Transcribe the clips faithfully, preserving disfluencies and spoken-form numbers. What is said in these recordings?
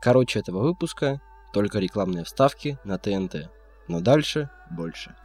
Короче этого выпуска только рекламные вставки на тэ эн тэ. Но дальше больше.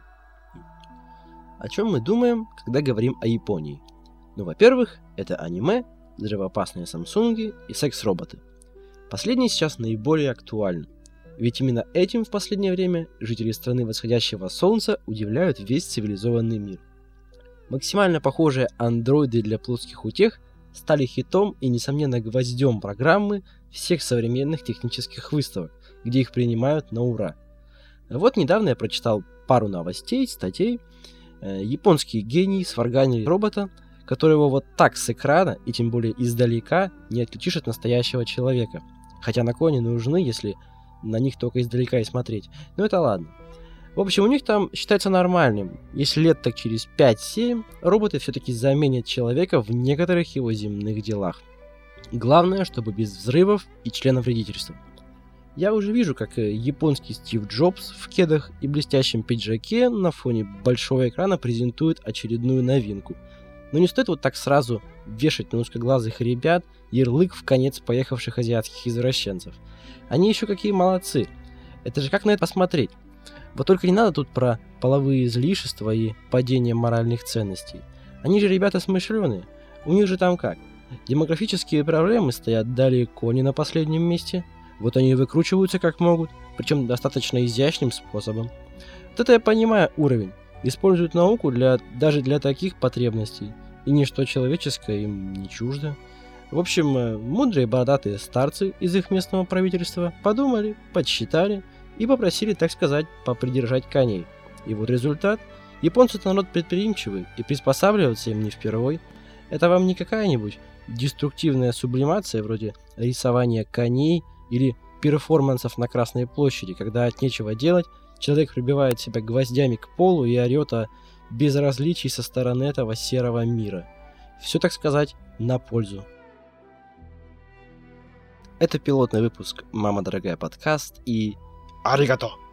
О чем мы думаем, когда говорим о Японии? Ну, во-первых, это аниме, взрывоопасные самсунги и секс-роботы. Последнее сейчас наиболее актуально. Ведь именно этим в последнее время жители страны восходящего солнца удивляют весь цивилизованный мир. Максимально похожие андроиды для плоских утех стали хитом и, несомненно, гвоздем программы всех современных технических выставок, где их принимают на ура. Вот недавно я прочитал пару новостей, статей. Японские гении сварганили робота, которого вот так с экрана, и тем более издалека, не отличишь от настоящего человека. Хотя на коне нужны, если на них только издалека и смотреть. Но это ладно. В общем, у них там считается нормальным, если лет так через пять-семь роботы все-таки заменят человека в некоторых его земных делах. Главное, чтобы без взрывов и членовредительства. Я уже вижу, как японский Стив Джобс в кедах и блестящем пиджаке на фоне большого экрана презентует очередную новинку. Но не стоит вот так сразу вешать на узкоглазых ребят ярлык в конец поехавших азиатских извращенцев. Они еще какие молодцы. Это же как на это посмотреть? Вот только не надо тут про половые излишества и падение моральных ценностей. Они же ребята смышленые. У них же там как? Демографические проблемы стоят далеко не на последнем месте. Вот они и выкручиваются как могут, причем достаточно изящным способом. Вот это я понимаю уровень. Используют науку для, даже для таких потребностей. И ничто человеческое им не чуждо. В общем, мудрые бородатые старцы из их местного правительства подумали, подсчитали и попросили, так сказать, попридержать коней. И вот результат. Японцы-то народ предприимчивый, и приспосабливаться им не впервой. Это вам не какая-нибудь деструктивная сублимация вроде рисования коней или перформансов на Красной площади, когда от нечего делать человек прибивает себя гвоздями к полу и орет о безразличии со стороны этого серого мира. Все, так сказать, на пользу. Это пилотный выпуск «Мама дорогая» подкаст и... Аригато!